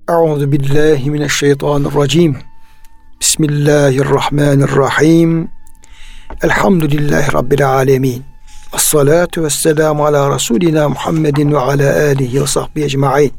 Euzu billahi mineşşeytanirracim. Bismillahirrahmanirrahim. Elhamdülillahi Rabbil alemin. Esselatu vesselamu ala Resulina Muhammedin ve ala alihi ve sahbihi ecmaîn.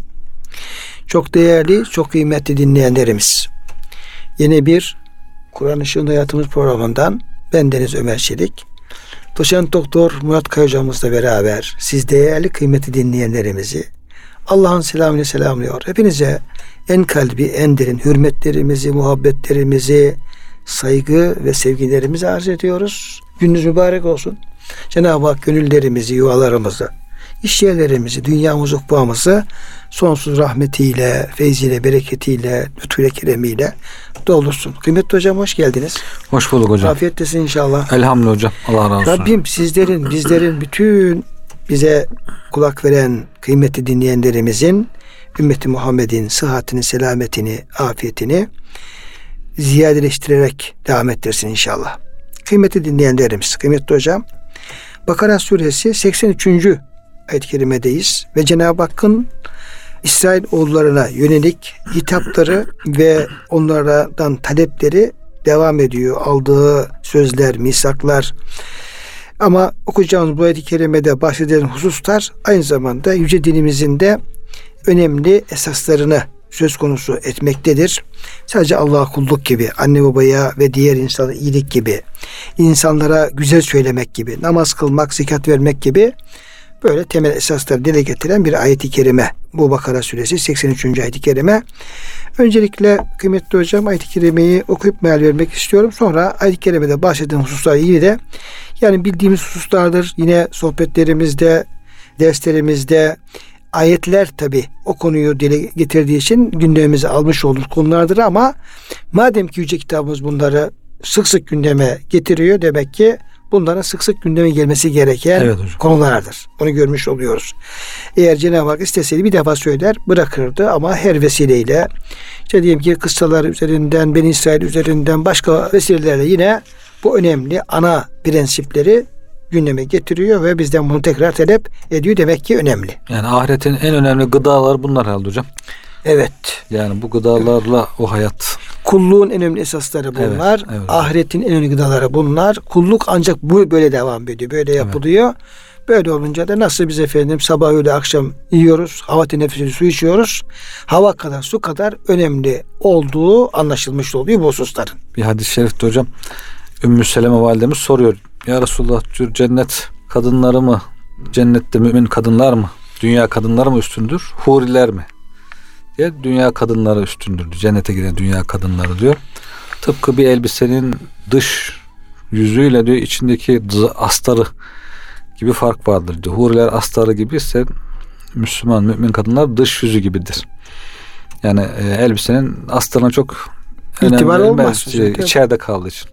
Çok değerli, çok kıymetli dinleyenlerimiz, yeni bir Kur'an Işığında Hayatımız programından bendeniz Ömer Çelik, Doçent Doktor Murat Kaya hocamızla beraber siz değerli kıymetli dinleyenlerimizi Allah'ın selamıyla selamlıyor. Hepinize en kalbi, en derin hürmetlerimizi, muhabbetlerimizi, saygı ve sevgilerimizi arz ediyoruz. Gününüz mübarek olsun. Cenab-ı Hak gönüllerimizi, yuvalarımızı, iş yerlerimizi, dünyamızı, ukbağımızı sonsuz rahmetiyle, feyziyle, bereketiyle, lütfuyla, keremiyle doldursun. Kıymetli hocam, hoş geldiniz. Hoş bulduk hocam. Afiyettesin inşallah. Elhamdülillah hocam. Allah razı olsun. Rabbim sizlerin, bizlerin, bütün bize kulak veren kıymetli dinleyenlerimizin, ümmeti Muhammed'in sıhhatini, selametini, afiyetini ziyadeleştirerek devam ettirsin inşallah. Kıymetli dinleyenlerimiz, kıymetli hocam, Bakara suresi 83. ayet-i kerimedeyiz ve Cenab-ı Hakk'ın İsrail oğullarına yönelik hitapları ve onlardan talepleri devam ediyor. Aldığı sözler, misaklar. Ama okuyacağımız bu ayet-i kerimede bahsedilen hususlar aynı zamanda yüce dinimizin de önemli esaslarını söz konusu etmektedir. Sadece Allah'a kulluk gibi, anne babaya ve diğer insanlara iyilik gibi, insanlara güzel söylemek gibi, namaz kılmak, zekat vermek gibi böyle temel esasları dile getiren bir ayet-i kerime. Bu Bakara suresi 83. ayet-i kerime. Öncelikle kıymetli hocam ayet-i kerimeyi okuyup meal vermek istiyorum. Sonra ayet-i kerimede bahsedilen hususlarla ilgili de yani bildiğimiz hususlardır. Yine sohbetlerimizde, derslerimizde ayetler tabi o konuyu dile getirdiği için gündemimize almış olduğumuz konulardır ama madem ki Yüce Kitabımız bunları sık sık gündeme getiriyor, demek ki bunların sık sık gündeme gelmesi gereken konulardır. Onu görmüş oluyoruz. Eğer Cenab-ı Hak isteseydi bir defa söyler bırakırdı ama her vesileyle işte diyelim ki kıssalar üzerinden, Beni İsrail üzerinden başka vesilelerle yine bu önemli ana prensipleri gündeme getiriyor ve bizden bunu tekrar talep ediyor. Demek ki önemli. Yani ahiretin en önemli gıdaları bunlar herhalde hocam. Evet. Yani bu gıdalarla o hayat. Kulluğun en önemli esasları bunlar. Evet. Ahiretin en önemli gıdaları bunlar. Kulluk ancak bu böyle devam ediyor. Böyle yapılıyor. Evet. Böyle olunca da nasıl biz efendim sabah öğle akşam yiyoruz. Hava teneffüsü su içiyoruz. Hava kadar su kadar önemli olduğu anlaşılmış oluyor bu hususların. Bir hadis-i şerifte hocam Ümmü Seleme validemiz soruyor. Ya Resulullah diyor, cennet kadınları mı? Cennette mümin kadınlar mı? Dünya kadınları mı üstündür? Huriler mi? Diye dünya kadınları üstündür. Cennete giren dünya kadınları diyor. Tıpkı bir elbisenin dış yüzüyle diyor içindeki astarı gibi fark vardır diyor. Huriler astarı gibi ise Müslüman mümin kadınlar dış yüzü gibidir. Yani elbisenin astarına çok İtibar olmaz. İçeride kaldığı için.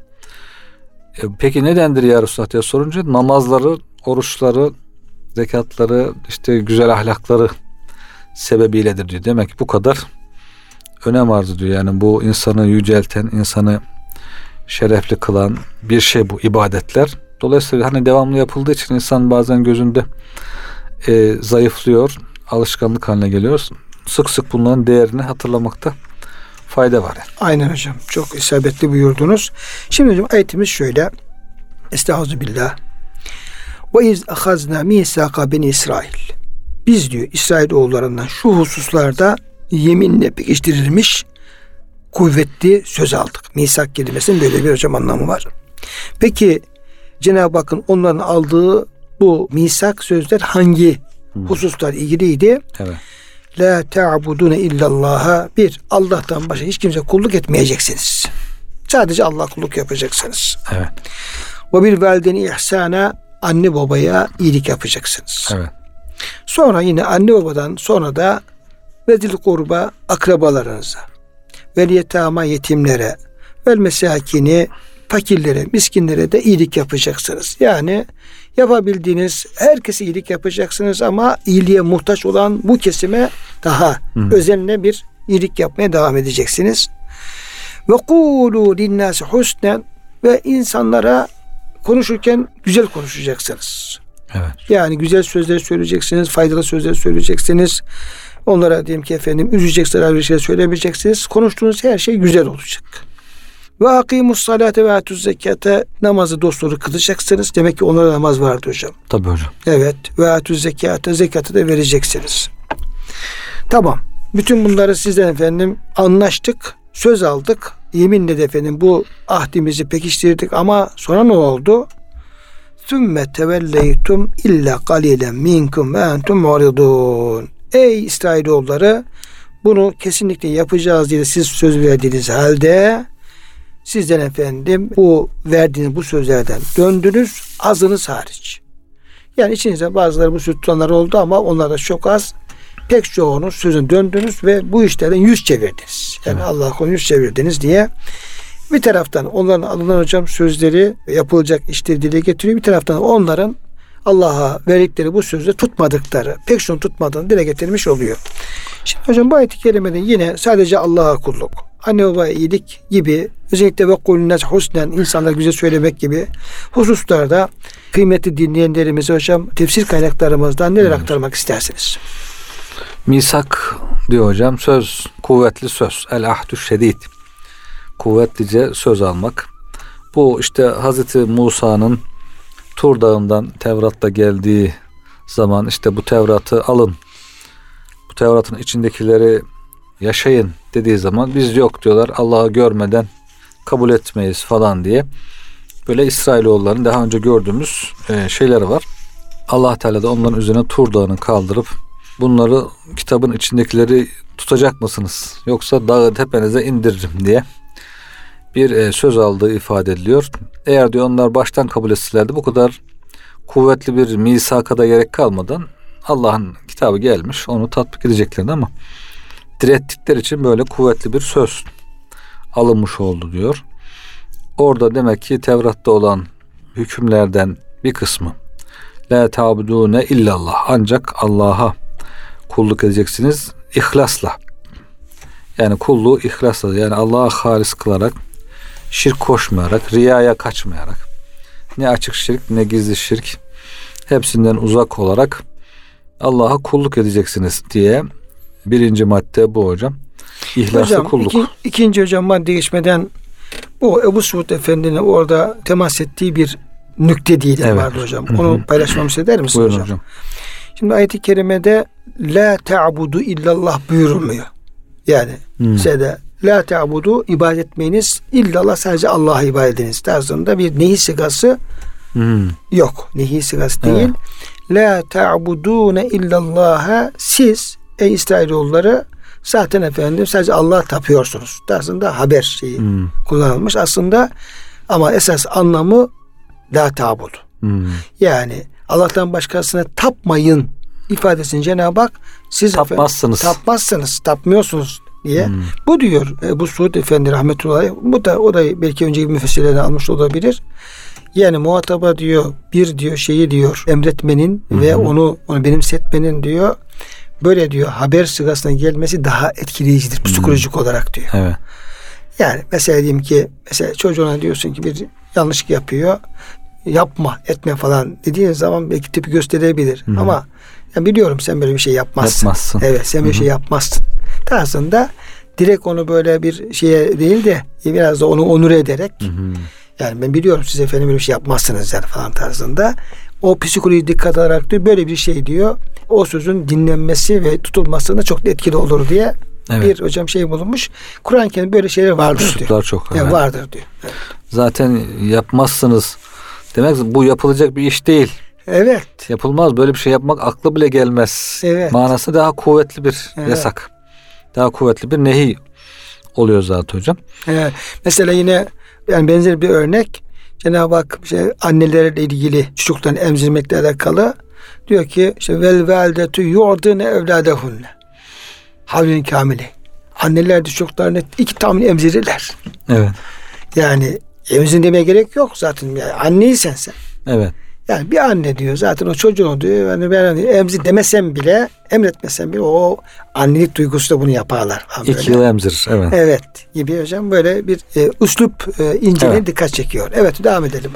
Peki nedendir ya Resulullah diye sorunca namazları, oruçları, zekatları, işte güzel ahlakları sebebiyledir diyor. Demek ki bu kadar önem arz ediyor. Yani bu insanı yücelten, insanı şerefli kılan bir şey bu ibadetler. Dolayısıyla hani devamlı yapıldığı için insan bazen gözünde zayıflıyor, alışkanlık haline geliyor. Sık sık bunların değerini hatırlamakta fayda var. Aynen hocam. Çok isabetli buyurdunuz. Şimdi hocam ayetimiz şöyle. Estağfirullah. Ve iz ahazna misaka beni İsrail. Biz diyor İsrail oğullarından şu hususlarda yeminle pekiştirilmiş kuvvetli söz aldık. Misak kelimesinin böyle bir hocam anlamı var. Peki Cenab-ı Hakk'ın onların aldığı bu misak sözler hangi hususlar ilgiliydi? Evet. La ta'budune illallaha. Bir, Allah'tan başka hiç kimse kulluk etmeyeceksiniz. Sadece Allah kulluk yapacaksınız. Evet. Ve bil valideni ihsana. Anne babaya iyilik yapacaksınız. Evet. Sonra yine anne babadan sonra da vezil kurba akrabalarınıza, vel yetama yetimlere, vel mesakini fakirlere, miskinlere de iyilik yapacaksınız. Yani yapabildiğiniz herkese iyilik yapacaksınız ama iyiliğe muhtaç olan bu kesime daha özenle bir iyilik yapmaya devam edeceksiniz. Ve kulu linnâsi husnen. Ve insanlara konuşurken güzel konuşacaksınız. Evet. Yani güzel sözler söyleyeceksiniz, faydalı sözler söyleyeceksiniz. Onlara diyelim ki efendim üzecek, zarar bir şey söylemeyeceksiniz. Konuştuğunuz her şey güzel olacak. Ve akimus salate ve atuz zekate, namazı dosdoğru kılacaksınız. Demek ki onlara namaz vardı hocam. Tabii hocam. Evet. Ve atuz zekate, zekatı da vereceksiniz. Tamam. Bütün bunları sizden efendim anlaştık, söz aldık. Yeminle de efendim bu ahdimizi pekiştirdik ama sonra ne oldu? Sümme tevelleytum illa galilen minkum ve entum muridun. Ey İsrailoğulları, bunu kesinlikle yapacağız diye siz söz verdiğiniz halde sizden efendim bu verdiğiniz bu sözlerden döndünüz, azınız hariç. Yani içinizde bazıları bu söz tutanlar oldu ama onlar da çok az. Pek çoğunuz sözün döndünüz ve bu işlerden yüz çevirdiniz. Yani evet. Allah'a konu yüz çevirdiniz diye. Bir taraftan onların alınan hocam sözleri yapılacak işleri dile getiriyor. Bir taraftan onların Allah'a verdikleri bu sözü tutmadıkları, pek çoğunu tutmadığını dile getirmiş oluyor. Şimdi hocam bu ayet-i kerimede yine sadece Allah'a kulluk, anne baba iyilik gibi, özellikle ve kulünnâs husnen, insanlar güzel söylemek gibi hususlarda kıymetli dinleyenlerimize hocam tefsir kaynaklarımızdan neler aktarmak istersiniz? Misak diyor hocam, söz, kuvvetli söz. El ahdü şedid. Kuvvetlice söz almak. Bu işte Hazreti Musa'nın Tur Dağı'ndan Tevrat'ta geldiği zaman işte bu Tevrat'ı alın, bu Tevrat'ın içindekileri yaşayın dediği zaman biz yok diyorlar, Allah'ı görmeden kabul etmeyiz falan diye. Böyle İsrailoğulların daha önce gördüğümüz şeyleri var. Allah Teala da onların üzerine Tur Dağı'nı kaldırıp bunları, kitabın içindekileri tutacak mısınız? Yoksa dağı tepenize indiririm diye bir söz aldığı ifade ediliyor. Eğer diyor onlar baştan kabul etselerdi bu kadar kuvvetli bir misaka da gerek kalmadan Allah'ın kitabı gelmiş, onu tatbik edeceklerdi ama direttikleri için böyle kuvvetli bir söz alınmış oldu diyor. Orada demek ki Tevrat'ta olan hükümlerden bir kısmı la ta'budune illallah, ancak Allah'a kulluk edeceksiniz ihlasla. Yani kulluğu ihlasla, yani Allah'a halis kılarak, şirk koşmayarak, riyaya kaçmayarak, ne açık şirk ne gizli şirk, hepsinden uzak olarak Allah'a kulluk edeceksiniz diye birinci madde bu hocam. İhlaslı hocam, kulluk. İkinci hocam madde geçmeden bu Ebu Suud Efendi'nin orada temas ettiği bir nükte değil evet. Vardı hocam. Onu paylaşmamı eder misiniz Buyurun hocam? Hocam. Şimdi ayet-i kerimede la ta'budu illallah buyurulmuyor. Yani size la ta'budu, ibadet etmeyiniz illallah, sadece Allah'a ibadet ediniz tarzında bir nehi sigası yok. Nehi sigası değil. La ta'budune illallaha, siz ey İsrailoğulları zaten efendim sadece Allah'a tapıyorsunuz tarzında haber şeyi kullanılmış aslında, ama esas anlamı la ta'budu. Yani Allah'tan başkasına tapmayın ifadesini Cenab-ı Hak siz tapmazsınız, tapmıyorsunuz diye. Bu diyor bu Suud Efendi rahmetullahi. Bu da o da belki önceki müfessirlerden almış olabilir. Yani muhataba diyor bir diyor şeyi diyor emretmenin ve onu benimsetmenin diyor böyle diyor haber sıgasına gelmesi daha etkileyicidir psikolojik olarak diyor. Evet. Yani mesela diyelim ki çocuğuna diyorsun ki bir yanlışlık yapıyor. Yapma, etme falan dediğin zaman belki tipi gösterebilir. Ama yani biliyorum sen böyle bir şey yapmazsın. Evet, sen böyle bir şey yapmazsın. Tarzında direkt onu böyle bir şeye değil de biraz da onu onur ederek yani ben biliyorum siz efendim böyle bir şey yapmazsınız yani falan tarzında o psikolojiyi dikkat alarak diyor böyle bir şey diyor. O sözün dinlenmesi ve tutulmasına çok etkili olur diye bir hocam şey bulunmuş. Kur'an-ı Kerim böyle şeyler vardır diyor. Çok. Yani vardır diyor. Evet. Zaten yapmazsınız demek bu yapılacak bir iş değil. Evet. Yapılmaz. Böyle bir şey yapmak akla bile gelmez. Evet. Manası daha kuvvetli bir yasak. Daha kuvvetli bir nehi oluyor zaten hocam. Evet. Mesela yine yani benzer bir örnek Cenab-ı Hak annelerle ilgili çocuklarını emzirmekle alakalı diyor ki vel validetu yu'dine evladehunne havlin kamili. Anneler de çocuklarını 2 tam emzirirler. Evet. Yani emzin demeye gerek yok zaten. Yani anneysen sen. Evet. Yani bir anne diyor zaten o çocuğunu diyor yani ben emzir demesem bile emretmesem bile o annelik duygusu da bunu yaparlar. 2 yıl emzirir. Evet. Evet gibi hocam böyle bir üslup inceliğine dikkat çekiyor. Evet devam edelim hocam.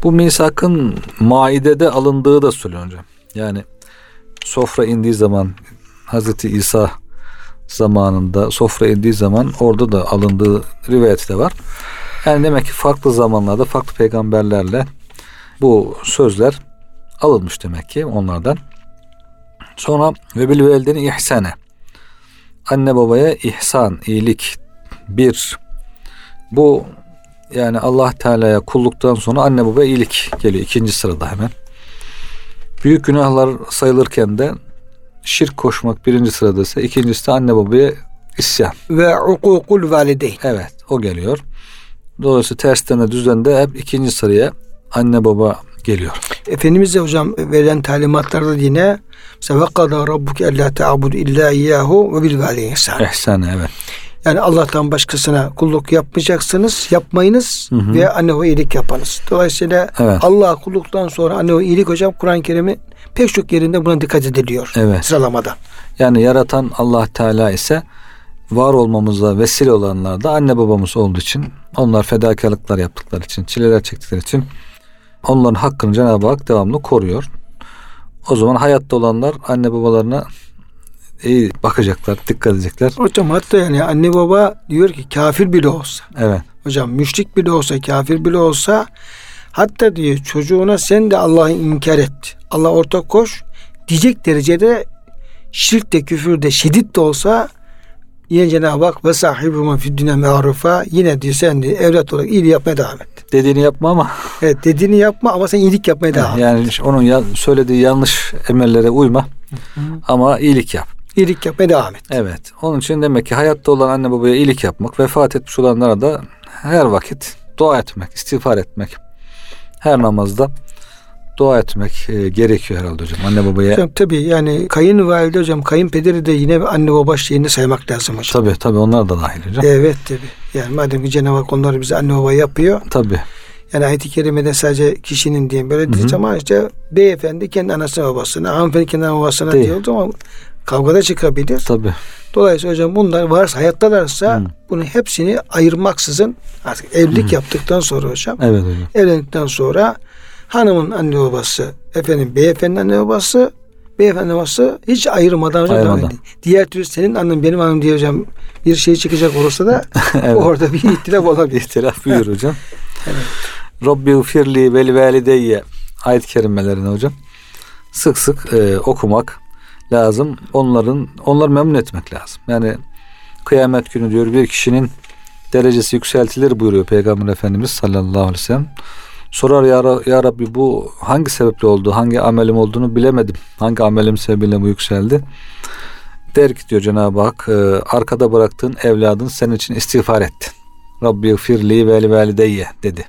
Bu misakın Maide'de alındığı da söyleniyor hocam. Yani sofra indiği zaman, Hazreti İsa zamanında sofra indiği zaman orada da alındığı rivayeti de var. Yani demek ki farklı zamanlarda farklı peygamberlerle bu sözler alınmış demek ki onlardan. Sonra ve bil velideni ihsane. Anne babaya ihsan, iyilik. Bir, bu yani Allah Teala'ya kulluktan sonra anne babaya iyilik geliyor. İkinci sırada hemen. Büyük günahlar sayılırken de şirk koşmak birinci sırada ise ikincisi de anne babaya isyan. Ve ukukul valideyn. Evet, o geliyor. Dolayısıyla tersten de düzden de hep ikinci sıraya anne baba geliyor. Efendimiz de hocam verilen talimatlarda yine mesela وَقَضَى رَبُّكَ اَلَّا تَعْبُدُ اِلَّا اِيَّهُ وَبِالْوَالِدَيْنِ ihsana. İhsan, evet. Yani Allah'tan başkasına kulluk yapmayacaksınız, yapmayınız ve anne ve iyilik yapınız. Dolayısıyla evet. Allah'a kulluktan sonra anne ve iyilik hocam Kur'an-ı Kerim'in pek çok yerinde buna dikkat ediliyor. Evet. Sıralamada. Yani yaratan Allah Teala ise var olmamıza vesile olanlar da anne babamız olduğu için, onlar fedakarlıklar yaptıkları için, çileler çektikleri için onların hakkını Cenab-ı Hak devamlı koruyor. O zaman hayatta olanlar anne babalarına iyi bakacaklar, dikkat edecekler. Hocam hatta yani anne baba diyor ki kafir bile olsa. Evet. Hocam müşrik bile olsa, kafir bile olsa hatta diyor çocuğuna sen de Allah'ı inkar et. Allah ortak koş diyecek derecede şirk de küfür de şiddet de olsa yine Cenab-ı Hak ve sahibuma fid dünya ma'rufa, yine diyor sen de evlat olarak iyilik yapmaya devam et. Dediğini yapma ama. Evet, dediğini yapma ama sen iyilik yapmaya devam et. Yani onun söylediği yanlış emellere uyma ama iyilik yap. İyilik yapmaya devam et. Evet. Onun için demek ki hayatta olan anne babaya iyilik yapmak, vefat etmiş olanlara da her vakit dua etmek, istiğfar etmek. Her namazda dua etmek gerekiyor herhalde hocam. Anne babaya. Hocam tabii yani kayınvalide hocam, kayınpederi de yine anne baba şeyini saymak lazım hocam. Tabii onlar da dahil hocam. Evet tabii. Yani madem ki Cenab-ı Hak onları bize anne baba yapıyor. Tabii. Yani ayet-i kerimede sadece kişinin diyeyim böyle diyeceğim ama işte beyefendi kendi anasına babasına, hanımefendi kendi babasına diyor ama kavgada çıkabilir. Tabii. Dolayısıyla hocam bunlar varsa, hayattalarsa bunu hepsini ayırmaksızın artık evlilik yaptıktan sonra hocam. Evet hocam. Evlendikten sonra hanımın anne babası, beyefendi anne babası, beyefendi babası hiç ayırmadan hocam. Diğer türlü senin annen benim annem diye hocam bir şey çıkacak olursa da evet. Orada bir ihtilaf olabilir. İhtilaf büyür hocam. Evet. Rabbi ufirli vel valideyye ayet-i kerimelerini hocam sık sık okumak lazım. Onları memnun etmek lazım. Yani kıyamet günü diyor bir kişinin derecesi yükseltilir buyuruyor Peygamber Efendimiz sallallahu aleyhi ve sellem. Sorar ya Rabbi bu hangi sebeple oldu? Hangi amelim olduğunu bilemedim. Hangi amelim sebebiyle bu yükseldi? Der ki diyor Cenab-ı Hak arkada bıraktığın evladın senin için istiğfar etti. Rabbi firli vel valideyye dedi.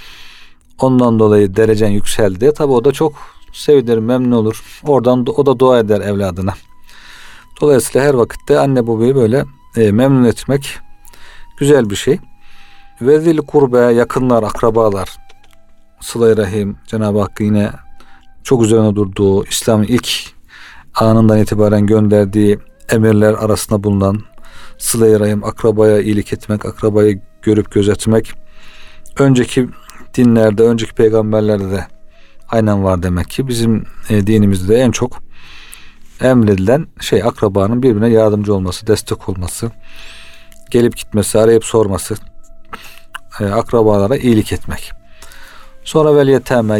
Ondan dolayı derecen yükseldi. Tabi o da çok sevinir, memnun olur. Oradan o da dua eder evladına. Dolayısıyla her vakitte anne babayı böyle memnun etmek güzel bir şey. Ve zil kurbe, yakınlar, akrabalar, sıla-i rahim, Cenab-ı Hakk'ın yine çok üzerine durduğu, İslam'ın ilk anından itibaren gönderdiği emirler arasında bulunan sıla-i rahim, akrabaya iyilik etmek, akrabayı görüp gözetmek, önceki dinlerde, önceki peygamberlerde de aynen var demek ki. Bizim dinimizde en çok emredilen şey akrabanın birbirine yardımcı olması, destek olması, gelip gitmesi, arayıp sorması, akrabalara iyilik etmek. Sonra vel yeteme,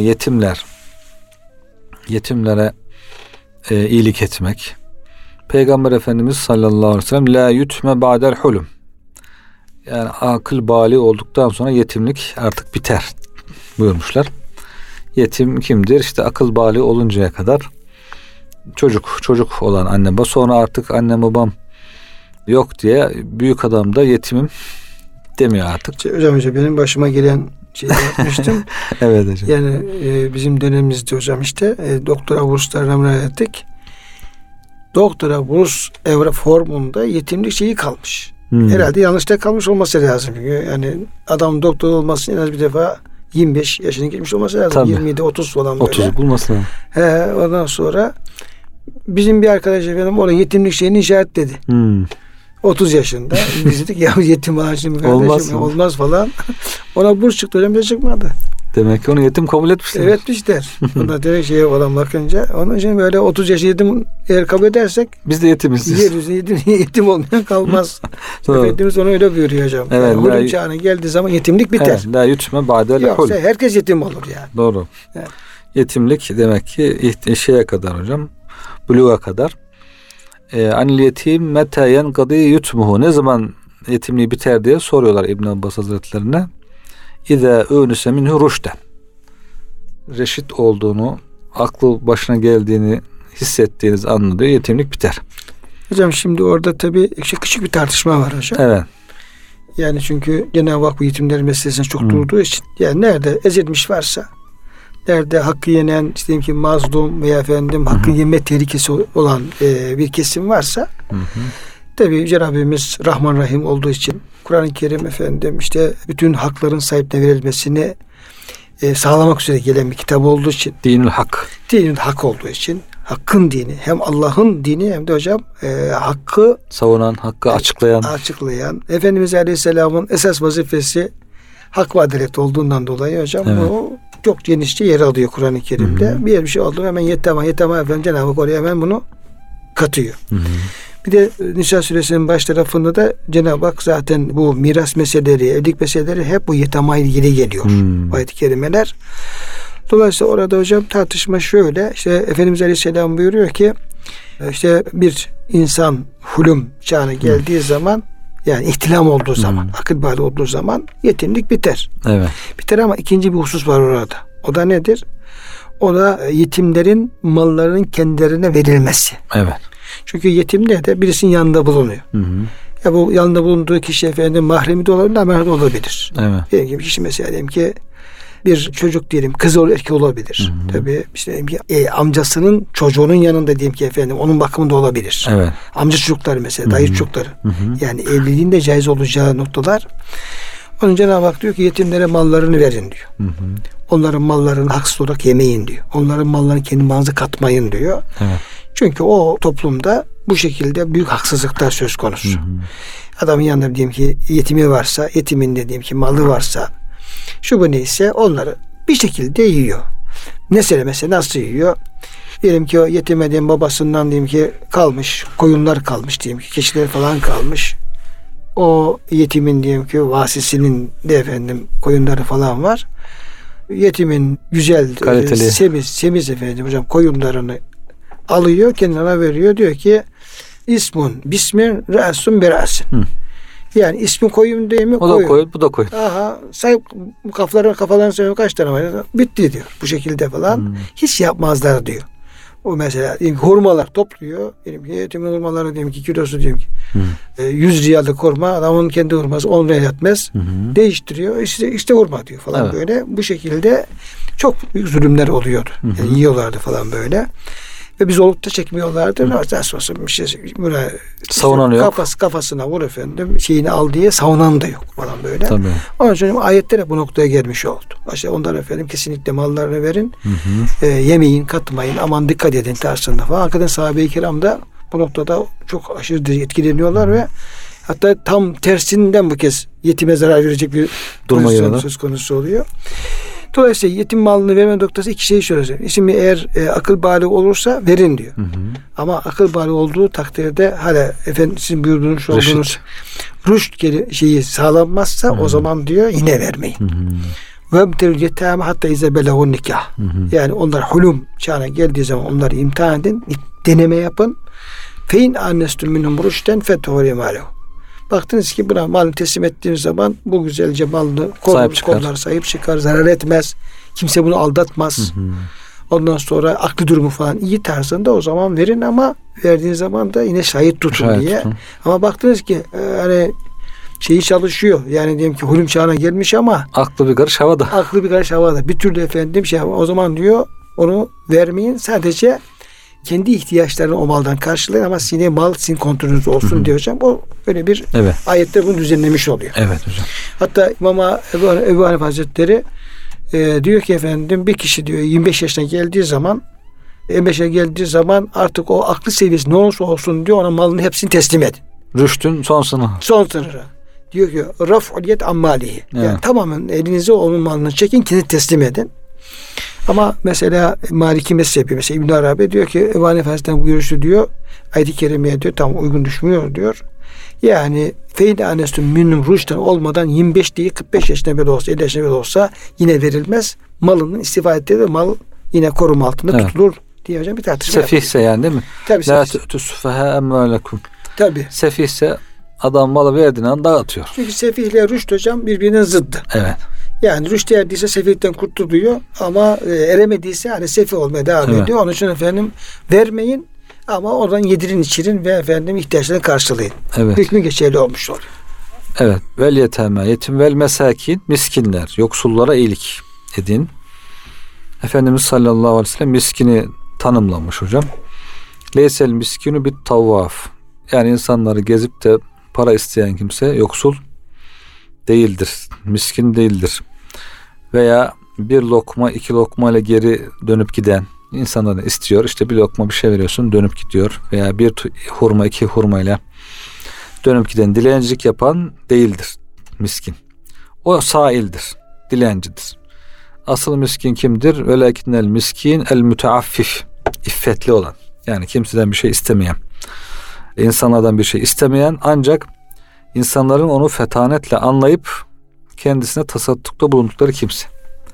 yetimlere iyilik etmek. Peygamber Efendimiz sallallahu aleyhi ve sellem la yutme ba'del hulum. Yani akıl bali olduktan sonra yetimlik artık biter buyurmuşlar. Yetim kimdir? İşte akıl bali oluncaya kadar çocuk olan anne baba, sonra artık anne babam yok diye büyük adam da yetimim demiyor artık. Hocam benim başıma gelen şeyi yapmıştım. Evet hocam. Yani bizim dönemimizde hocam işte doktora burslarına müracaat ettik. Doktora burs evre formunda yetimlik şeyi kalmış. Herhalde yanlışta kalmış olması lazım. Yani adam doktor olması en az bir defa 25 yaşına geçmiş olması lazım. Tabii. 27-30 falan böyle. 30 bulması lazım. Ondan sonra bizim bir arkadaş efendim ona yetimlik şeyini inşaat dedi. 30 yaşında. Biz dedik ya yetim ağacı mı kardeşim? Olmaz falan. Ona burs çıktı hocam, bize çıkmadı. Demek ki onu yetim kabul etmişler. Evet der. Bunda direkt şeye olan bakınca. Onun için böyle 30 yaş yetim eğer kabul edersek biz de yetimiz. yeryüzünde yetim olmayan kalmaz. Doğru. Efendimiz onu öyle buyuruyor hocam. Evet, yani hulum çağına geldiği zaman yetimlik biter. Evet, la yutme ba'del hul. Yoksa herkes yetim olur yani. Doğru. Evet. Yetimlik demek ki şeye kadar hocam. Buluğa kadar. Anil yetim meta yenkadi yutmuhu. Ne zaman yetimliği biter diye soruyorlar İbn Abbas Hazretlerine. İza unise minhu rüşden. Reşit olduğunu, aklı başına geldiğini hissettiğiniz anda diyor yetimlik biter. Hocam şimdi orada tabii küçük bir tartışma var hocam. Evet. Yani çünkü Cenab-ı Hak bu yetimlerin meselesine çok durduğu için yani nerede ezilmiş varsa, nerede hakkı yenen, işte diyelim ki mazlum veya hakkı yeme tehlikesi olan bir kesim varsa tabii Cenab-ı Rahman Rahim olduğu için Kur'an-ı Kerim işte bütün hakların sahiplerine verilmesini sağlamak üzere gelen bir kitap olduğu için, Dinül hak. Dinül hak olduğu için, hakkın dini, hem Allah'ın dini hem de hocam hakkı savunan, hakkı açıklayan. Efendimiz Aleyhisselam'ın esas vazifesi hak ve adalet olduğundan dolayı hocam bu çok genişçe yer alıyor Kur'an-ı Kerim'de. Bir şey oldu hemen yetama efendim Cenab-ı Hak oraya hemen bunu katıyor. Bir de Nisa suresinin baş tarafında da Cenab-ı Hak zaten bu miras meseleleri, evlilik meseleleri hep bu yetama ilgili geliyor. Ayet-i kerimeler. Dolayısıyla orada hocam tartışma şöyle. İşte Efendimiz Aleyhisselam buyuruyor ki işte bir insan hulum çağına geldiği zaman, yani ihtilam olduğu zaman, akıl bali olduğu zaman yetimlik biter. Evet. Biter ama ikinci bir husus var orada. O da nedir? O da yetimlerin mallarının kendilerine verilmesi. Evet. Çünkü yetimler de birisinin yanında bulunuyor. Ya bu yanında bulunduğu kişi mahremi de olabilir, namerdi de olabilir. Evet. Diyelim ki bir kişi mesela diyelim ki bir çocuk diyelim, kız olur, erkek olabilir. Tabii işte diyelim ki amcasının çocuğunun yanında diyelim ki onun bakımında olabilir. Evet. Amca çocukları mesela, dayı çocukları. Yani evliliğin de caiz olacağı noktalar. Onun Cenab-ı Hak diyor ki yetimlere mallarını verin diyor. Onların mallarını haksız olarak yemeyin diyor. Onların mallarını kendi malınıza katmayın diyor. Evet. Çünkü o toplumda bu şekilde büyük haksızlıklar söz konusu. Adamın yanında diyelim ki yetimi varsa, yetimin de diyelim ki malı varsa, şu bu neyse onları bir şekilde yiyor. Mesela nasıl yiyor? Diyelim ki o yetime diyelim babasından diyelim ki kalmış, koyunlar kalmış diyelim ki, keçiler falan kalmış. O yetimin diyelim ki vasisinin de koyunları falan var. Yetimin güzel, kaliteli, semiz hocam koyunlarını alıyor, kendine veriyor. Diyor ki ismun, bismin, ra'sun birasin. Yani ismi koyun değil mi? O da koyun, bu da koyun. Aha, sahip kafalarını sayıyor, kaç tane var? Bitti diyor. Bu şekilde falan. Hiç yapmazlar diyor. O mesela diyelim ki hurmalar topluyor. Diyelim ki yetimin hurmaları diyelim ki kilosu diyelim ki 100 riyallık hurma, adamın kendi hurması 10 liraya yatmaz. Değiştiriyor. İşte hurma diyor falan böyle. Bu şekilde çok büyük zulümler oluyordu. Yani yiyorlardı falan böyle. Ve biz olup da çekmiyorlardı. Bir şey savunan yok. Kafasına vur şeyini al diye savunan da yok falan böyle. Tabii. Onun için ayetler bu noktaya gelmiş oldu. İşte onlara kesinlikle mallarını verin. Yemeyin, katmayın, aman dikkat edin tarzında falan. Hakikaten sahabe-i kiram da bu noktada çok aşırı etkileniyorlar ve hatta tam tersinden bu kez yetime zarar verecek bir pozisyon söz konusu oluyor. Dolayısıyla yetim malını verme noktası iki şeyi söyleyeceğim. Şimdi eğer akıl bali olursa verin diyor. Ama akıl bali olduğu takdirde hala sizin buyurduğunuz rüşt şeyi sağlanmazsa o zaman diyor yine vermeyin. Ve btel yetame hatta ize belahun nikah. Yani onlar hulum çağına geldiği zaman onları imtihan edin, deneme yapın. Fein annestum minhum rüşten fethuhu malehu. Baktınız ki buna malını teslim ettiğiniz zaman bu güzelce malını kollar sahip çıkar, zarar etmez. Kimse bunu aldatmaz. Ondan sonra aklı durumu falan iyi tarzında o zaman verin ama verdiğiniz zaman da yine şahit tutun diye. Ama baktınız ki şeyi çalışıyor. Yani diyelim ki hulum çağına gelmiş ama aklı bir karış havada. Bir türlü o zaman diyor onu vermeyin. Sadece kendi ihtiyaçlarını o maldan karşılayın ama sizin kontrolünüz olsun diyor hocam. O öyle bir ayette bunu düzenlemiş oluyor. Evet hocam. Hatta İmam Ebu Hanife Hazretleri diyor ki bir kişi diyor 25 yaşına geldiği zaman artık o aklı seviyesi ne olursa olsun diyor ona malının hepsini teslim edin. Rüştün son sınırı. Son sınırı. diyor ki raf'ul yed ammalihi. Evet. Yani tamamen elinizi onun malını çekin, kendini teslim edin. Ama mesela Maliki mezhebi, mesela İbn Arabi diyor ki Ebu Hanife Hazretleri'nin buyuruşu diyor, ayet-i kerimeye diyor tam uygun düşmüyor diyor. Yani fe'in anestum minhum rüşten olmadan 25 değil 45 yaşında bile olsa 50 yaşında bile olsa yine verilmez. Malının istifade ettiği mal yine koruma altında tutulur diye hocam bir tartışma Sefihse yani değil mi? Tabii La sefih. tu'tusufaha emvalekum. Tabii. Sefihse adam malı verdiğini an dağıtıyor. Çünkü sefihle rüşt hocam birbirinin zıddı. Evet. Yani rüşt erdiyse sefihten kurtuluyor ama eremediyse hani sefih olmaya devam ediyor. Onun için efendim vermeyin ama oradan yedirin içirin ve efendim ihtiyaçlarını karşılayın. Evet. Hükmü geçerli olmuş oluyor. Evet. Vel yeteme, yetim vel mesakin, miskinler, yoksullara iyilik edin. Efendimiz sallallahu aleyhi ve sellem miskini tanımlamış hocam. Leysel miskinu bit tavvaf. Yani insanları gezip de para isteyen kimse yoksul değildir. Miskin değildir. Veya bir lokma, iki lokma ile geri dönüp giden insanlar istiyor. İşte bir lokma bir şey veriyorsun, dönüp gidiyor. Veya bir hurma, iki hurma ile dönüp giden, dilencilik yapan değildir miskin. O saildir, dilencidir. Asıl miskin kimdir? Velakinnel miskin el müteaffif. İffetli olan. Yani kimseden bir şey istemeyen. İnsanlardan bir şey istemeyen, ancak insanların onu fetanetle anlayıp kendisine tasaddukta bulundukları kimse.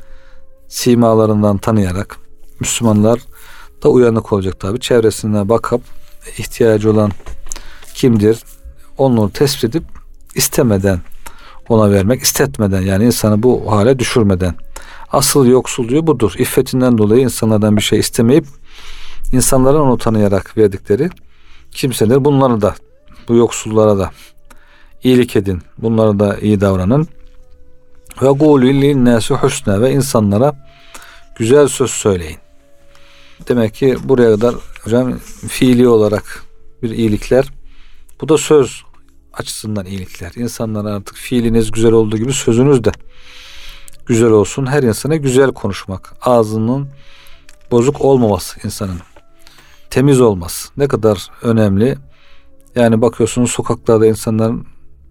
Simalarından tanıyarak Müslümanlar da uyanık olacak tabi. Çevresine bakıp ihtiyacı olan kimdir? Onu tespit edip istemeden ona vermek, istetmeden, yani insanı bu hale düşürmeden. Asıl yoksulluğu budur. İffetinden dolayı insanlardan bir şey istemeyip insanların onu tanıyarak verdikleri kimseler. Bunları da, bu yoksullara da iyilik edin. Bunlara da iyi davranın. Ve gûlü linnâsü husnâ, ve insanlara güzel söz söyleyin. Demek ki buraya kadar hocam fiili olarak bir iyilikler. Bu da söz açısından iyilikler. İnsanlara artık fiiliniz güzel olduğu gibi sözünüz de güzel olsun. Her insana güzel konuşmak. Ağzının bozuk olmaması insanın. Temiz olması. Ne kadar önemli. Yani bakıyorsunuz sokaklarda insanların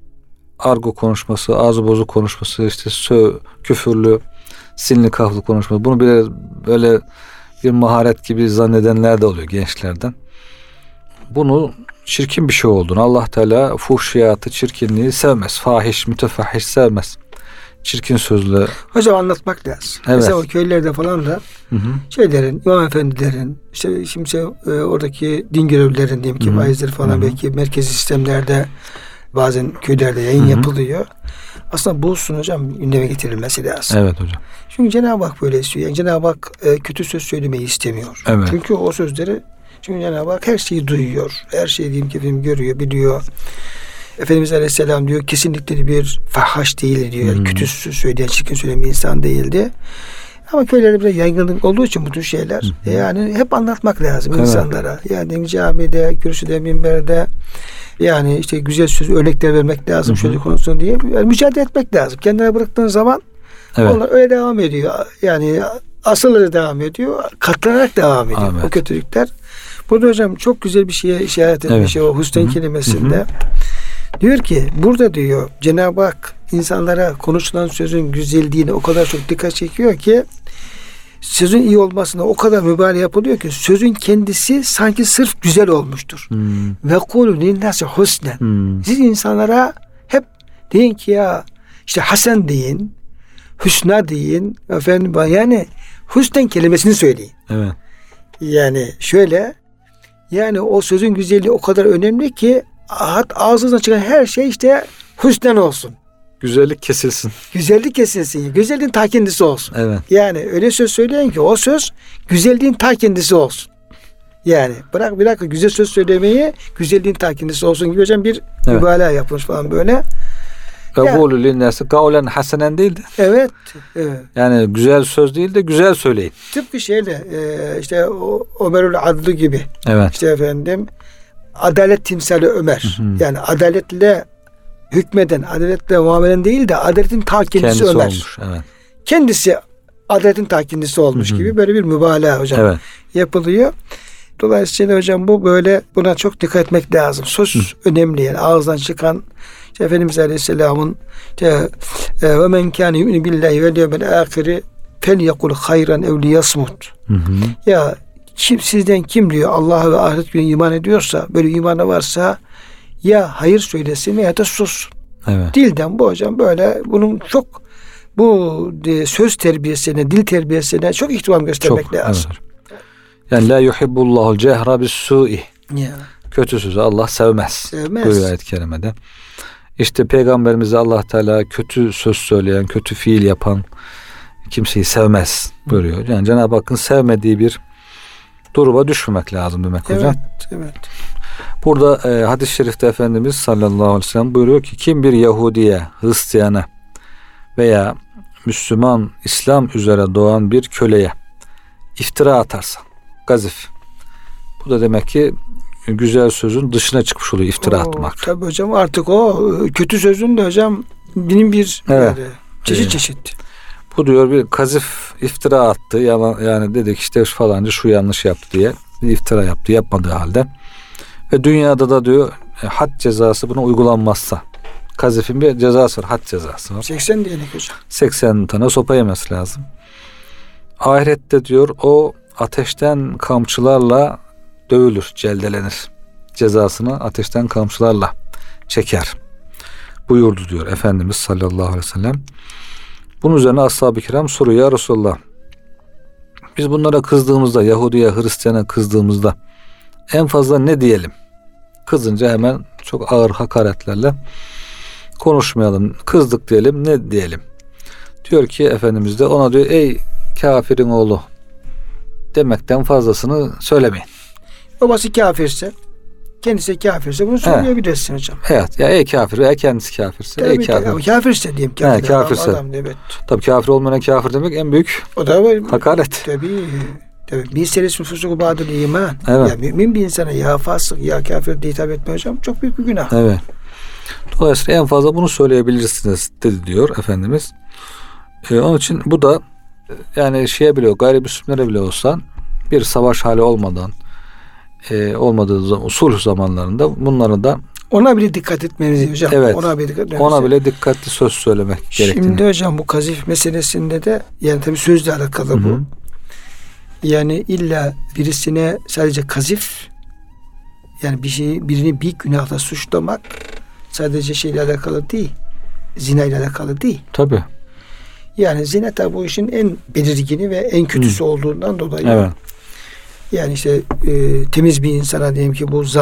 argo konuşması, ağzı bozuk konuşması, işte küfürlü, sinli kaflı konuşması. Bunu böyle bir maharet gibi zannedenler de oluyor gençlerden. Bunu çirkin bir şey olduğunu, Allah Teala fuhşiyatı, çirkinliği sevmez. Fahiş, mütefahiş sevmez. Çirkin sözlü. Hocam anlatmak lazım. Evet. Mesela o köylerde falan da şeylerin, imam efendilerin, işte şimdi oradaki din görevlilerin diyelim ki vaizleri falan belki merkezi sistemlerde bazen köylerde yayın yapılıyor. Aslında bu hocam gündeme getirilmesi lazım. Evet hocam. Çünkü Cenab-ı Hak böyle istiyor. Yani Cenab-ı Hak kötü söz söylemeyi istemiyor. Evet. Çünkü o sözleri, çünkü Cenab-ı Hak her şeyi duyuyor. Her şeyi diyeyim ki görüyor, biliyor. Efendimiz Aleyhisselam diyor kesinlikle bir fahaş değil diyor. Yani kötü söz söyleyen, çirkin söyleyen bir insan değildi. Ama köylerde bir yaygınlık olduğu için bu tür şeyler yani hep anlatmak lazım insanlara. Yani camide, kürsüde, minberde yani işte güzel söz, örnekler vermek lazım şöyle konuşsun diye. Yani mücadele etmek lazım. Kendine bıraktığın zaman onlar öyle devam ediyor. Yani asılları devam ediyor. Katlanarak devam ediyor. Evet. O kötülükler. Burada hocam çok güzel bir şeye işaret etmiş o husn kelimesinde. Diyor ki burada diyor Cenab-ı Hak insanlara konuşulan sözün güzelliğine o kadar çok dikkat çekiyor ki sözün iyi olmasına o kadar mübalağa yapılıyor ki sözün kendisi sanki sırf güzel olmuştur. Ve kulu linnâsi husnen. Siz insanlara hep deyin ki ya işte hasen deyin, hüsna deyin, efendim yani husnen kelimesini söyleyin. Evet. Yani şöyle, yani o sözün güzelliği o kadar önemli ki ağzınızdan çıkan her şey işte hüsnen olsun. Güzellik kesilsin. Güzellik kesilsin. Güzelliğin ta kendisi olsun. Evet. Yani öyle söz söyleyin ki o söz güzelliğin ta kendisi olsun. Yani bırak güzel söz söylemeyi, güzelliğin ta kendisi olsun gibi hocam bir mübalağa yapmış falan böyle. Kavlu linnâsi kavlen hasenen değil de. Evet. Yani güzel söz değil de güzel söyleyin. Tıpkı şeyle işte Ömerül Adlı gibi. Evet. İşte efendim adalet timsali Ömer. Yani adaletle hükmeden, adaletle muamelen değil de adaletin ta kendisi Ömer. Olmuş, evet. Kendisi adaletin ta kendisi olmuş gibi böyle bir mübalağa hocam yapılıyor. Dolayısıyla hocam bu böyle, buna çok dikkat etmek lazım. Söz önemli yani. Ağızdan çıkan işte Efendimiz Aleyhisselam'ın ve men kâne yu'minu billahi vel yevmil âhiri felyekul hayran ev liyasmut. Ya sizden kim diyor Allah'a ve ahiret gününe iman ediyorsa, böyle imanı varsa ya hayır söylesin ya da sus. Evet. Dilden bu hocam böyle, bunun çok bu söz terbiyesine, dil terbiyesine çok ihtimam göstermek lazım. Evet. Yani la yuhibbullahul cehra bis-su'i. Kötü sözü Allah sevmez. Buyuruyor ayet-i kerimede. İşte Peygamberimize Allah Teala kötü söz söyleyen, kötü fiil yapan kimseyi sevmez buyuruyor. Yani Cenab-ı Hakk'ın sevmediği bir duruma düşmemek lazım demek hocam. Evet. Burada hadis-i şerifte Efendimiz sallallahu aleyhi ve sellem buyuruyor ki kim bir Yahudiye, Hristiyana veya Müslüman, İslam üzere doğan bir köleye iftira atarsa, gazif. Bu da demek ki güzel sözün dışına çıkmış oluyor iftira atmak. Tabii hocam, artık o kötü sözün de hocam binin bir çeşit. Bu diyor bir kazif iftira attı. Yani dedik işte falanca şu yanlış yaptı diye iftira yaptı yapmadığı halde. Ve dünyada da diyor had cezası buna uygulanmazsa. Kazifin bir cezası var. Had cezası var. 80 diyelim hocam. 80 tane sopa yemesi lazım. Ahirette diyor o ateşten kamçılarla dövülür, celdelenir. Cezasını ateşten kamçılarla çeker. Buyurdu diyor Efendimiz sallallahu aleyhi ve sellem. Bunun üzerine ashab-ı kiram soruyor, ya Resulallah biz bunlara kızdığımızda, Yahudi'ye, Hristiyan'a kızdığımızda en fazla ne diyelim? Kızınca hemen çok ağır hakaretlerle konuşmayalım. Kızdık diyelim, ne diyelim? Diyor ki Efendimiz de ona diyor ey kafirin oğlu demekten fazlasını söylemeyin. Babası kafirse, kendisi kafirse bunu söyleyebilirsin hocam. Evet. Ya ey kafir veya kendisi kafirse. Tabii, ey kafir. Kafirse diyeyim. Kafir, kafirse. Adam, evet. Tabii kafir olmayan kafir demek en büyük o da var. Hakaret. Tabii. Bir serisi fusuku ba'dul iman. Evet. Ya mümin bir insana ya fasık ya kafir diye hitap etme hocam çok büyük bir günah. Evet. Dolayısıyla en fazla bunu söyleyebilirsiniz dedi diyor Efendimiz. Onun için bu da yani bile gayrimüslimlere bile olsa bir savaş hali olmadan olmadığı zaman, sulh zamanlarında bunları da ona bile dikkat etmemiz hocam. Evet. Ona bile dikkatli söz söylemek gerektiğini. Şimdi hocam bu kazif meselesinde de yani tabii sözle alakalı bu. Yani illa birisine sadece kazif, yani birini bir günahla suçlamak sadece şeyle alakalı değil. Zina ile alakalı değil. Tabii. Yani zina tabi bu işin en belirgini ve en kötüsü olduğundan dolayı. Evet. Yani işte temiz bir insana diyelim ki bu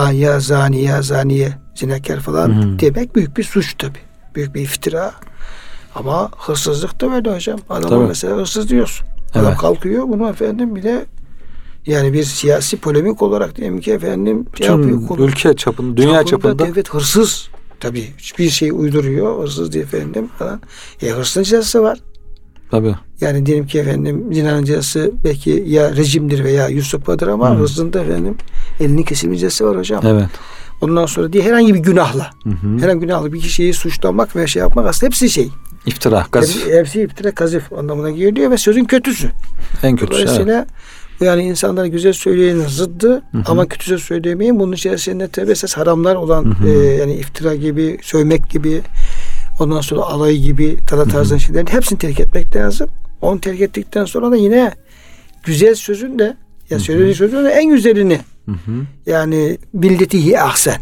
zaniye, zinakar falan demek büyük bir suç tabi. Büyük bir iftira. Ama hırsızlık da böyle hocam. Adama mesela hırsız diyorsun. Adam kalkıyor bunu efendim bir de yani bir siyasi polemik olarak diyelim ki efendim ülke çapında, dünya çapında. Evet, hırsız. Tabii hiçbir şey uyduruyor. Hırsız diye efendim falan. Hırsızın cezası var. Tabii. Yani diyelim ki efendim zinanın cezası belki ya rejimdir veya Yusuf'adır ama hırsızın da efendim elinin kesilme cezası var hocam. Evet. Ondan sonra diye herhangi bir günahla herhangi günahla bir kişiyi suçlamak ve şey yapmak aslında hepsi şey. İftira, kazif. Hepsi iftira, kazif anlamına geliyor ve sözün kötüsü. En kötüsü. Dolayısıyla yani insanlara güzel söyleyenin zıddı ama kötü söz söylemeyin. Bunun içerisinde tabi esas haramlar olan yani iftira gibi, sövmek gibi, ondan sonra alay gibi tarzı şeylerin hepsini terk etmek lazım. Onu terk ettikten sonra da yine güzel sözün de söylediği sözün de en güzelini yani bildetihi ahsen.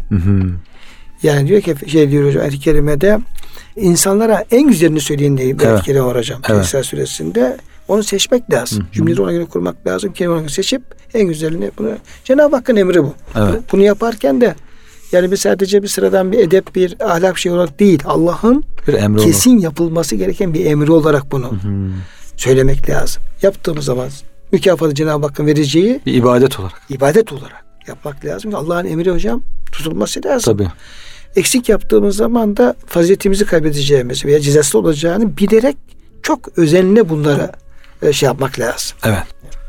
Yani diyor ki diyor hocam ayet-i kerimede insanlara en güzelini söyleyin diye bir ayet-i kerime var hocam. Nisa suresinde. Onu seçmek lazım. Cümleyi ona göre kurmak lazım. Kelimeyi ona göre seçip en güzelini bunu. Cenab-ı Hakk'ın emri bu. Evet. Bunu yaparken de yani sadece bir sıradan bir edep, bir ahlak şey olarak değil. Allah'ın kesin yapılması gereken bir emri olarak bunu söylemek lazım. Yaptığımız zaman mükafatı Cenab-ı Hakk'ın vereceği bir ibadet olarak yapmak lazım. Allah'ın emri hocam tutulması lazım. Tabii. Eksik yaptığımız zaman da faziletimizi kaybedeceğimiz veya cezası olacağını bilerek çok özenle bunlara şey yapmak lazım. Evet.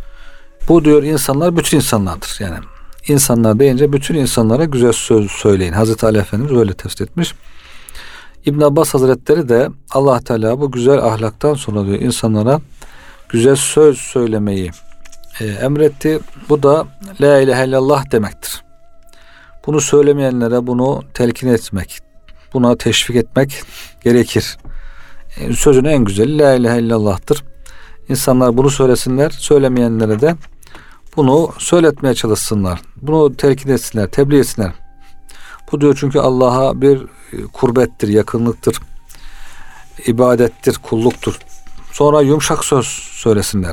Bu diyor insanlar bütün insanlardır. Yani insanlar deyince bütün insanlara güzel söz söyleyin. Hazreti Ali Efendimiz öyle tefsir etmiş. İbn Abbas Hazretleri de Allah Teala bu güzel ahlaktan sonra diyor insanlara güzel söz söylemeyi emretti. Bu da la ilahe illallah demektir. Bunu söylemeyenlere bunu telkin etmek, buna teşvik etmek gerekir. Sözün en güzeli la ilahe illallah'tır. İnsanlar bunu söylesinler, söylemeyenlere de bunu söyletmeye çalışsınlar. Bunu telkin etsinler, tebliğ etsinler. Bu diyor çünkü Allah'a bir kurbettir, yakınlıktır, ibadettir, kulluktur. Sonra yumuşak söz söylesinler.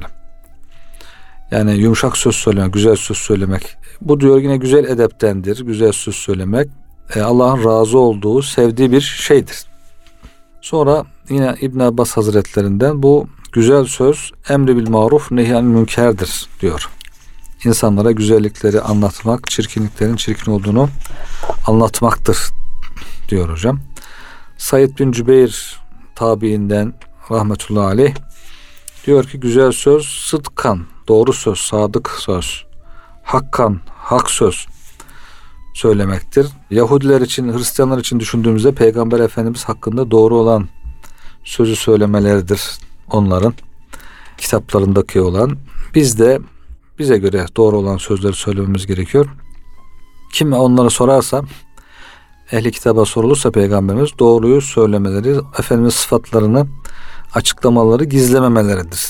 Yani yumuşak söz söylemek, güzel söz söylemek. Bu diyor yine güzel edeptendir, güzel söz söylemek. Allah'ın razı olduğu, sevdiği bir şeydir. Sonra yine İbn Abbas Hazretlerinden bu güzel söz emri bil maruf nehyanil münkerdir diyor. İnsanlara güzellikleri anlatmak, çirkinliklerin çirkin olduğunu anlatmaktır diyor hocam. Said bin Cübeyr tabiinden rahmetullahi aleyh diyor ki güzel söz sıdkan, doğru söz, sadık söz, hakkan, hak söz söylemektir. Yahudiler için, Hristiyanlar için düşündüğümüzde Peygamber Efendimiz hakkında doğru olan sözü söylemeleridir onların kitaplarındaki olan. Biz de bize göre doğru olan sözleri söylememiz gerekiyor. Kim onlara sorarsa, ehli kitaba sorulursa Peygamberimiz doğruyu söylemeleri, Efendimiz sıfatlarını açıklamaları gizlememeleridir.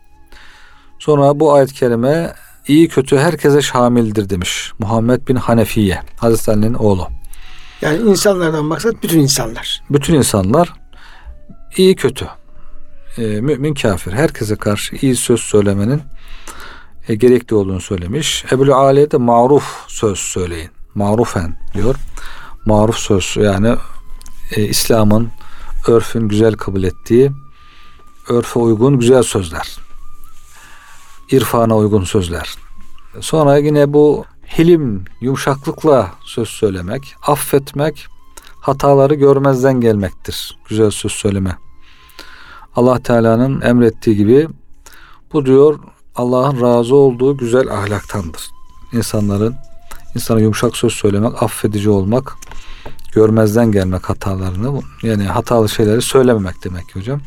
Sonra bu ayet-i kerime iyi kötü herkese şamildir demiş Muhammed bin Hanefiye, Hazreti Ali'nin oğlu. Yani insanlardan maksat bütün insanlar. Bütün insanlar iyi kötü, mümin kafir, herkese karşı iyi söz söylemenin gerekli olduğunu söylemiş. Ebu'l Ali'ye de maruf söz söyleyin. Marufen diyor. Maruf söz yani İslam'ın, örfün güzel kabul ettiği, örfe uygun güzel sözler. İrfana uygun sözler. Sonra yine bu hilim, yumuşaklıkla söz söylemek, affetmek, hataları görmezden gelmektir. Güzel söz söyleme. Allah Teala'nın emrettiği gibi bu diyor Allah'ın razı olduğu güzel ahlaktandır. İnsana yumuşak söz söylemek, affedici olmak, görmezden gelmek hatalarını, yani hatalı şeyleri söylememek demek ki hocam.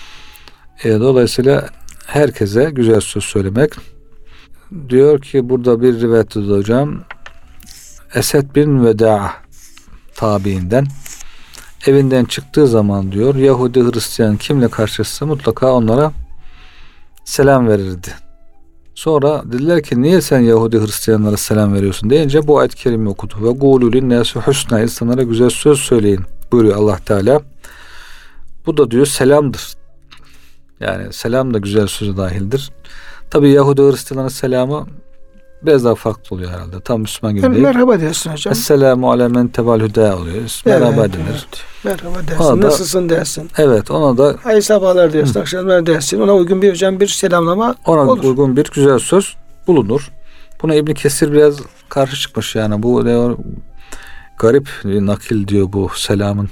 Dolayısıyla herkese güzel söz söylemek. Diyor ki burada bir rivayette de hocam Esed bin Veda tabiinden evinden çıktığı zaman diyor Yahudi Hristiyan kimle karşılaşsa mutlaka onlara selam verirdi. Sonra dediler ki niye sen Yahudi Hristiyanlara selam veriyorsun deyince bu ayet-i kerime okudu. Ve gûlû linnâsi husnâ, insanlara güzel söz söyleyin buyuruyor Allah Teala. Bu da diyor selamdır. Yani selam da güzel söze dahildir. Tabi Yahudi Hristiyanların selamı biraz daha farklı oluyor herhalde. Tam Müslüman gibi yani değil. Merhaba dersin hocam. Esselamu ala men tebal hüda oluyor. Merhaba denir. Evet. Merhaba dersin. Nasılsın dersin. Evet, ona da hayırlı sabahlar dersin, akşamlar dersin. Ona uygun bir hocam bir selamlama ona olur. uygun bir güzel söz bulunur. Buna İbn Kesir biraz karşı çıkmış yani. Bu diyor, garip nakil diyor bu selamın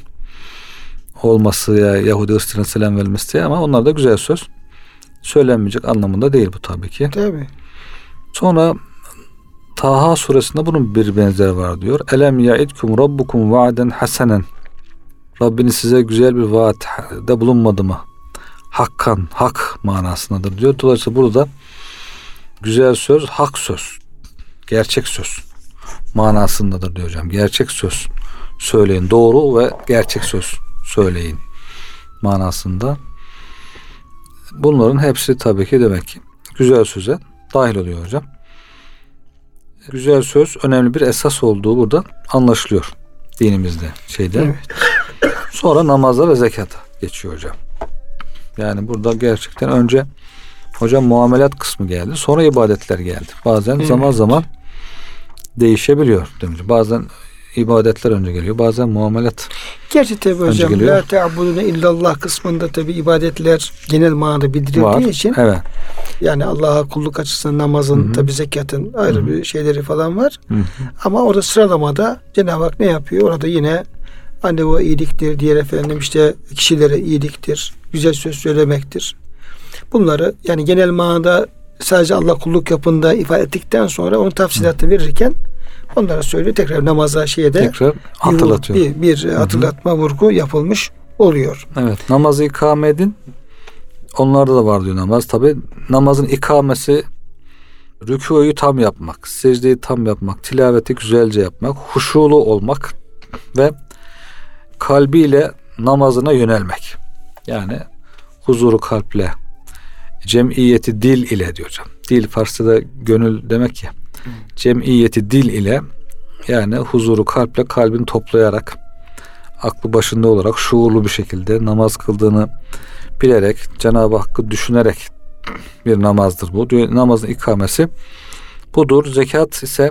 olması ya Yahudi Hristiyan'a selam verilmesi diye, ama onlar da güzel söz söylenmeyecek anlamında değil bu tabii ki. Tabii. Sonra Taha suresinde bunun bir benzeri var diyor. Elem ya'idkum rabbukum va'den hasenen. Rabbiniz size güzel bir vaatte bulunmadı mı? Hakkan, hak manasındadır diyor. Dolayısıyla burada güzel söz, hak söz, gerçek söz manasındadır diyor hocam. Gerçek söz söyleyin. Doğru ve gerçek söz söyleyin manasında. Bunların hepsi tabii ki demek ki güzel söze dahil oluyor hocam. Güzel söz önemli bir esas olduğu burada anlaşılıyor dinimizde Evet. Sonra namaza ve zekata geçiyor hocam. Yani burada gerçekten önce hocam muamelat kısmı geldi. Sonra ibadetler geldi. Bazen zaman zaman değişebiliyor demiş. Bazen ibadetler önce geliyor. Bazen muamelat. Gerçi tabi hocam la te'abudune illallah kısmında tabi ibadetler genel manada bildirildiği için yani Allah'a kulluk açısından namazın tabi zekatın ayrı bir şeyleri falan var. Ama orada sıralamada Cenab-ı Hak ne yapıyor? Orada yine anne o iyiliktir, diğer efendim işte kişilere iyiliktir, güzel söz söylemektir. Bunları yani genel manada sadece Allah kulluk yapında ifade ettikten sonra onun tafsilatını verirken onlara söylüyor. Tekrar namaza tekrar hatırlatıyor. Bir hatırlatma vurgu yapılmış oluyor. Evet. Namazı ikame edin. Onlarda da var diyor namaz. Tabi namazın ikamesi rükûyu tam yapmak, secdeyi tam yapmak, tilaveti güzelce yapmak, huşulu olmak ve kalbiyle namazına yönelmek. Yani huzuru kalple, cemiyeti dil ile diyor hocam. Dil Farsça'da gönül demek ya. Cemiyeti dil ile, yani huzuru kalple, kalbini toplayarak, aklı başında olarak şuurlu bir şekilde namaz kıldığını bilerek, Cenab-ı Hakk'ı düşünerek bir namazdır bu. Namazın ikamesi budur. Zekat ise,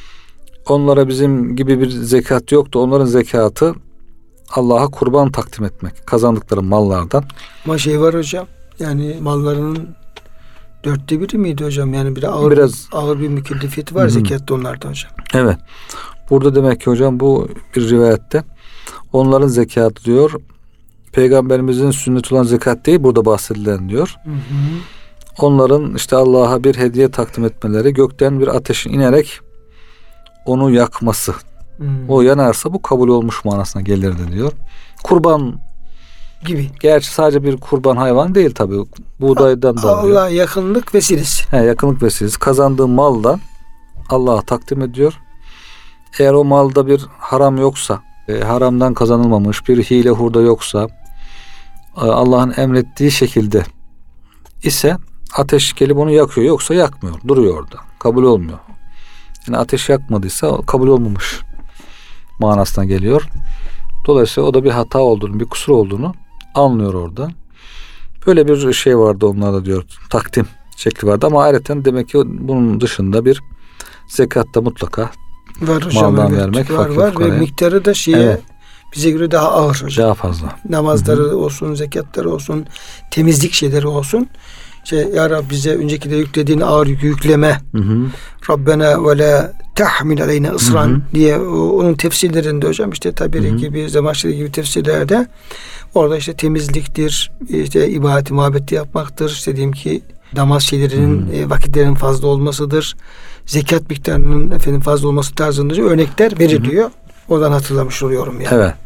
onlara bizim gibi bir zekat yoktu. Onların zekatı Allah'a kurban takdim etmek. Kazandıkları mallardan. Ama var hocam. Yani mallarının 1/4 miydi hocam? Yani biraz ağır bir mükellefiyeti var zekatta onlarda hocam. Evet. Burada demek ki hocam bu bir rivayette onların zekatı diyor. Peygamberimizin sünnet olan zekat değil burada bahsedilen diyor. Onların işte Allah'a bir hediye takdim etmeleri, gökten bir ateşin inerek onu yakması. O yanarsa bu kabul olmuş manasına gelirdi diyor. Kurban gibi. Gerçi sadece bir kurban hayvan değil tabii. Buğdaydan da alıyor. Allah yakınlık vesilesi. Yakınlık vesilesi. Kazandığı maldan Allah'a takdim ediyor. Eğer o malda bir haram yoksa, haramdan kazanılmamış bir hile hurda yoksa, Allah'ın emrettiği şekilde ise ateş gelip onu yakıyor. Yoksa yakmıyor. Duruyor orada. Kabul olmuyor. Yani ateş yakmadıysa kabul olmamış manasına geliyor. Dolayısıyla o da bir hata olduğunu, bir kusur olduğunu anlıyor orada. Böyle bir şey vardı onlarda diyor. Takdim şekli vardı ama ayrıca demek ki bunun dışında bir zekatta mutlaka var hocam, maldan vermek var ve miktarı da bize göre daha ağır hocam. Daha fazla. Namazları olsun, zekatları olsun, temizlik şeyleri olsun. Ya Rabbi bize önceki de yüklediğin ağır yükü yükleme. Rabbena ve la tahmil aleyna ısran diye onun tefsirlerinde hocam işte Taberi gibi, Zemaşri gibi tefsirlerde orada işte temizliktir, işte ibadeti, muhabbeti yapmaktır. İşte diyeyim ki namaz şeylerinin vakitlerinin fazla olmasıdır. Zekat miktarının fazla olması tarzında örnekler veriliyor. Oradan hatırlamış oluyorum yani. Evet.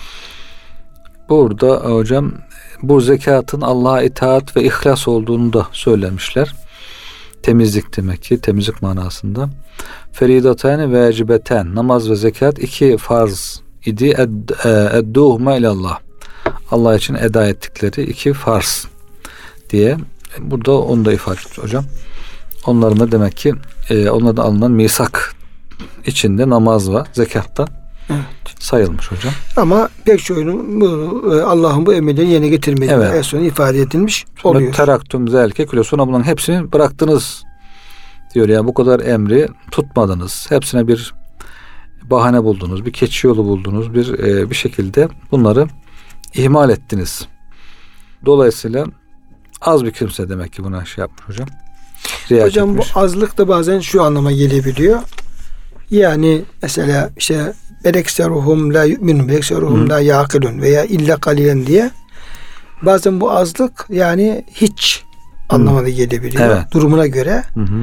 Burada hocam bu zekatın Allah'a itaat ve ihlas olduğunu da söylemişler. Temizlik demek ki, temizlik manasında. Feridatayni ve vacibeten, namaz ve zekat 2 farz idi. Edduhuma ilallah. Allah için eda ettikleri 2 farz diye. Burada onu da ifade ediyor hocam. Onların da demek ki onlardan alınan misak içinde namaz ve zekatta sayılmış hocam. Ama pek çoğunun Allah'ın bu emirlerini yerine getirmediğini en son ifade edilmiş oluyor. Teraktum zelke küle, sonra bunların hepsini bıraktınız diyor. Yani bu kadar emri tutmadınız. Hepsine bir bahane buldunuz. Bir keçi yolu buldunuz. Bir şekilde bunları ihmal ettiniz. Dolayısıyla az bir kimse demek ki buna şey yapmış hocam. Hocam etmiş. Bu azlık da bazen şu anlama gelebiliyor. Yani mesela işte belekseruhum la yu'minun, belekseruhum la yaqilun veya illa kalilen diye bazen bu azlık yani hiç anlamına gelebiliyor. Evet. Durumuna göre.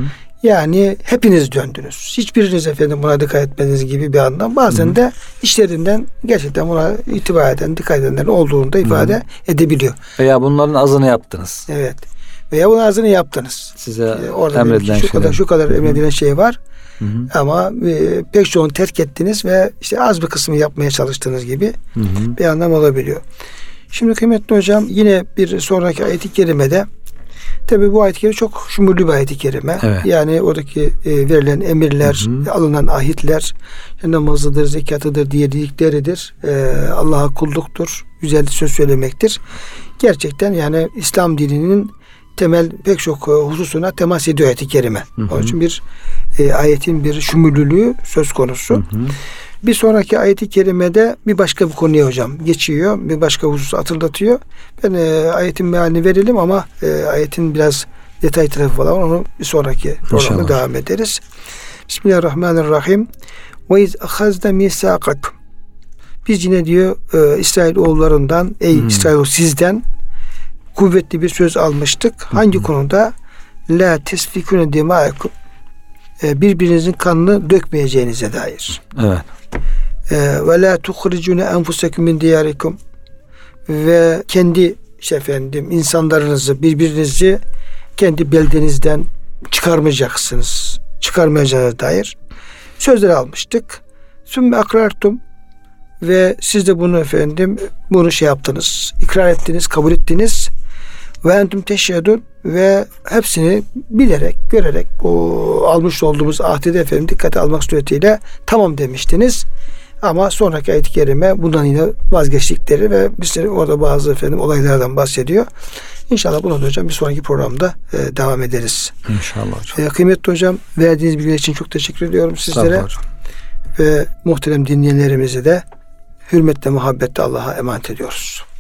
Yani hepiniz döndünüz. Hiçbiriniz buna dikkat etmeniz gibi bir anlam. Bazen de işlerinden gerçekten buna itibar eden, dikkat edenlerin olduğunu da ifade edebiliyor. Veya bunların azını yaptınız. Evet. Veya bunun azını yaptınız. Size emredilen şu kadar emredilen şey var. Ama pek çoğunu terk ettiniz ve işte az bir kısmı yapmaya çalıştığınız gibi bir anlam olabiliyor. Şimdi kıymetli hocam yine bir sonraki ayet-i kerimede tabi bu ayet-i kerime çok şumurlu bir ayet-i kerime. Evet. Yani oradaki verilen emirler, alınan ahitler, namazıdır, zekatıdır diye dedikleridir. Allah'a kulluktur, güzel söz söylemektir. Gerçekten yani İslam dininin temel pek çok hususuna temas ediyor ayet-i kerime. Onun için bir ayetin bir şumurluluğu söz konusu. Bir sonraki ayet-i kerimede bir başka bir konuya hocam geçiyor. Bir başka hususu hatırlatıyor. Ben ayetin mealini verelim ama ayetin biraz detay tarafı var. Onu bir sonraki programda devam ederiz. Bismillahirrahmanirrahim. Ve iz ahazna misakakum. Biz yine diyor İsrail oğullarından, ey İsrail sizden kuvvetli bir söz almıştık. Hangi konuda? La tesfikune dimaikum. Birbirinizin kanını dökmeyeceğinize dair. Evet. Ve la tuhricune enfusekum min diyarikum. Ve kendi insanlarınızı, birbirinizi kendi beldenizden, çıkarmayacaksınız, çıkarmayacağınıza dair sözleri almıştık. Sümme akrartum ve siz de bunu efendim bunu şey yaptınız, ikrar ettiniz, kabul ettiniz. Ve entüm teşhedun ve hepsini bilerek, görerek o almış olduğumuz ahdi de efendim dikkate almak suretiyle tamam demiştiniz. Ama sonraki ayet-i kerime bundan yine vazgeçtikleri ve bizleri orada bazı efendim olaylardan bahsediyor. İnşallah bunu da hocam bir sonraki programda devam ederiz. İnşallah hocam. Kıymetli hocam, verdiğiniz bilgiler için çok teşekkür ediyorum sizlere. Ve muhterem dinleyenlerimizi de hürmetle, muhabbetle Allah'a emanet ediyoruz.